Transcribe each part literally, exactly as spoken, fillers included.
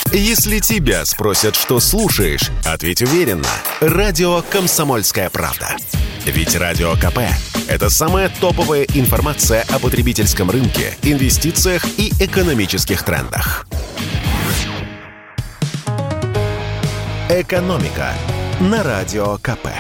Если тебя спросят, что слушаешь, ответь уверенно. Радио «Комсомольская правда». Ведь Радио КП – это самая топовая информация о потребительском рынке, инвестициях и экономических трендах. «Экономика» на Радио КП.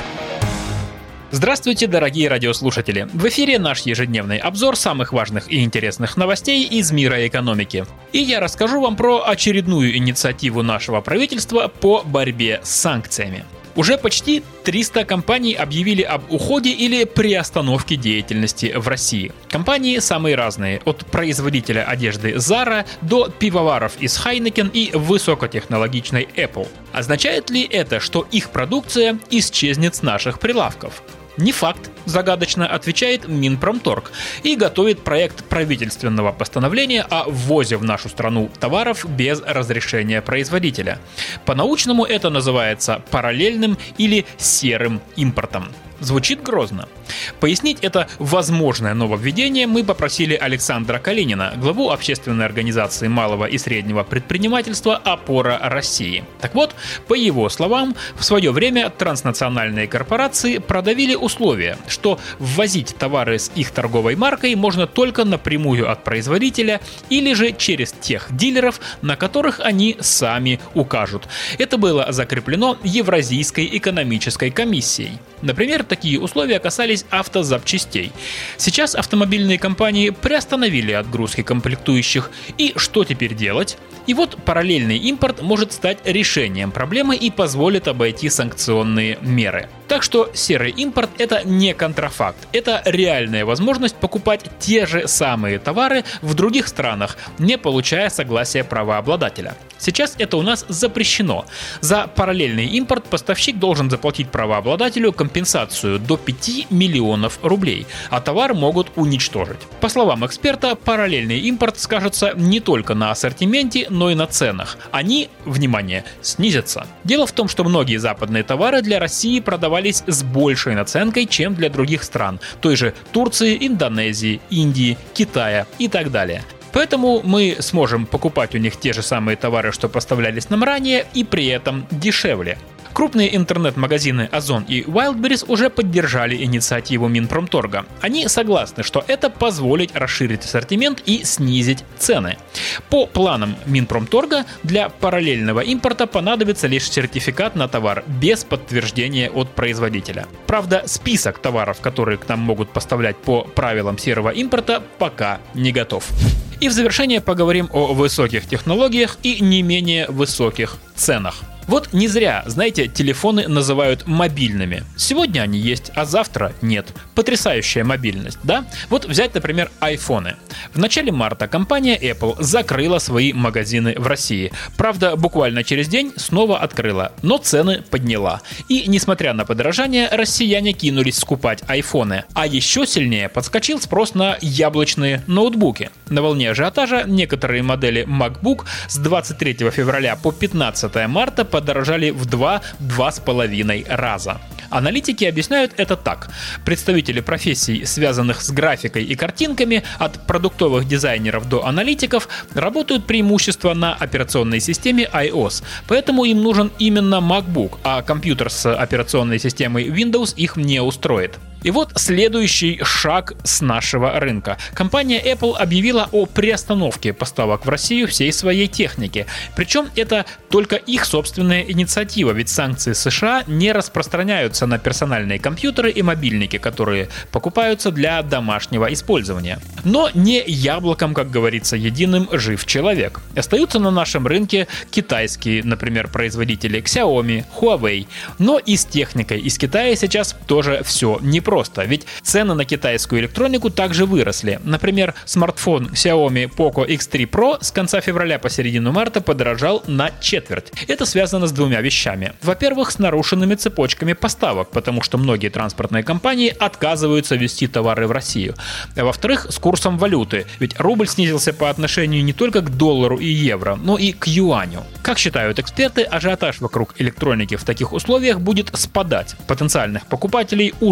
Здравствуйте, дорогие радиослушатели! В эфире наш ежедневный обзор самых важных и интересных новостей из мира экономики. И я расскажу вам про очередную инициативу нашего правительства по борьбе с санкциями. Уже почти триста компаний объявили об уходе или приостановке деятельности в России. Компании самые разные, от производителя одежды Zara до пивоваров из Heineken и высокотехнологичной Apple. Означает ли это, что их продукция исчезнет с наших прилавков? Не факт, загадочно отвечает Минпромторг и готовит проект правительственного постановления о ввозе в нашу страну товаров без разрешения производителя. По-научному это называется параллельным или серым импортом. Звучит грозно. Пояснить это возможное нововведение мы попросили Александра Калинина, главу общественной организации малого и среднего предпринимательства «Опора России». Так вот, по его словам, в свое время транснациональные корпорации продавили условия, что ввозить товары с их торговой маркой можно только напрямую от производителя или же через тех дилеров, на которых они сами укажут. Это было закреплено Евразийской экономической комиссией. Например, такие условия касались автозапчастей. Сейчас автомобильные компании приостановили отгрузки комплектующих. И что теперь делать? И вот параллельный импорт может стать решением проблемы и позволит обойти санкционные меры. Так что серый импорт – это не контрафакт, это реальная возможность покупать те же самые товары в других странах, не получая согласия правообладателя. Сейчас это у нас запрещено. За параллельный импорт поставщик должен заплатить правообладателю компенсацию до пяти миллионов рублей, а товар могут уничтожить. По словам эксперта, параллельный импорт скажется не только на ассортименте, но и на ценах. Они, внимание, снизятся. Дело в том, что многие западные товары для России продавались с большей наценкой, чем для других стран, той же Турции, Индонезии, Индии, Китая и так далее. Поэтому мы сможем покупать у них те же самые товары, что поставлялись нам ранее, и при этом дешевле. Крупные интернет-магазины Озон и Wildberries уже поддержали инициативу Минпромторга. Они согласны, что это позволит расширить ассортимент и снизить цены. По планам Минпромторга для параллельного импорта понадобится лишь сертификат на товар без подтверждения от производителя. Правда, список товаров, которые к нам могут поставлять по правилам серого импорта, пока не готов. И в завершение поговорим о высоких технологиях и не менее высоких ценах. Вот не зря, знаете, телефоны называют мобильными. Сегодня они есть, а завтра нет. Потрясающая мобильность, да? Вот взять, например, айфоны. В начале марта компания Apple закрыла свои магазины в России. Правда, буквально через день снова открыла, но цены подняла. И, несмотря на подорожание, россияне кинулись скупать айфоны. А еще сильнее подскочил спрос на яблочные ноутбуки. На волне ажиотажа некоторые модели MacBook с двадцать третьего февраля по пятнадцатое марта подорожали в два-два с половиной раза. Аналитики объясняют это так. Представители профессий, связанных с графикой и картинками, от продуктовых дизайнеров до аналитиков, работают преимущественно на операционной системе iOS, поэтому им нужен именно MacBook, а компьютер с операционной системой Windows их не устроит. И вот следующий шаг с нашего рынка. Компания Apple объявила о приостановке поставок в Россию всей своей техники. Причем это только их собственная инициатива, ведь санкции США не распространяются на персональные компьютеры и мобильники, которые покупаются для домашнего использования. Но не яблоком, как говорится, единым жив человек. Остаются на нашем рынке китайские, например, производители Xiaomi, Huawei. Но и с техникой из Китая сейчас тоже все непросто. Просто, ведь цены на китайскую электронику также выросли. Например, смартфон Xiaomi Poco икс три Pro с конца февраля по середину марта подорожал на четверть. Это связано с двумя вещами. Во-первых, с нарушенными цепочками поставок, потому что многие транспортные компании отказываются везти товары в Россию. А во-вторых, с курсом валюты, ведь рубль снизился по отношению не только к доллару и евро, но и к юаню. Как считают эксперты, ажиотаж вокруг электроники в таких условиях будет спадать. Потенциальных покупателей уже отпустили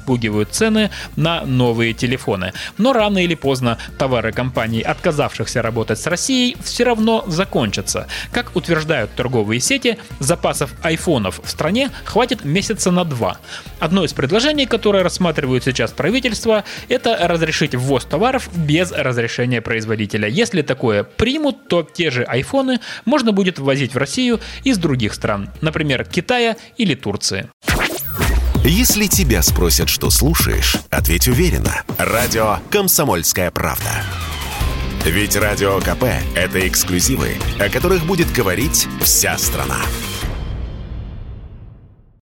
подспугивают цены на новые телефоны. Но рано или поздно товары компаний, отказавшихся работать с Россией, все равно закончатся. Как утверждают торговые сети, запасов айфонов в стране хватит месяца на два. Одно из предложений, которое рассматривают сейчас правительство, это разрешить ввоз товаров без разрешения производителя. Если такое примут, то те же айфоны можно будет ввозить в Россию из других стран, например, Китая или Турции. Если тебя спросят, что слушаешь, ответь уверенно. Радио «Комсомольская правда». Ведь Радио КП – это эксклюзивы, о которых будет говорить вся страна.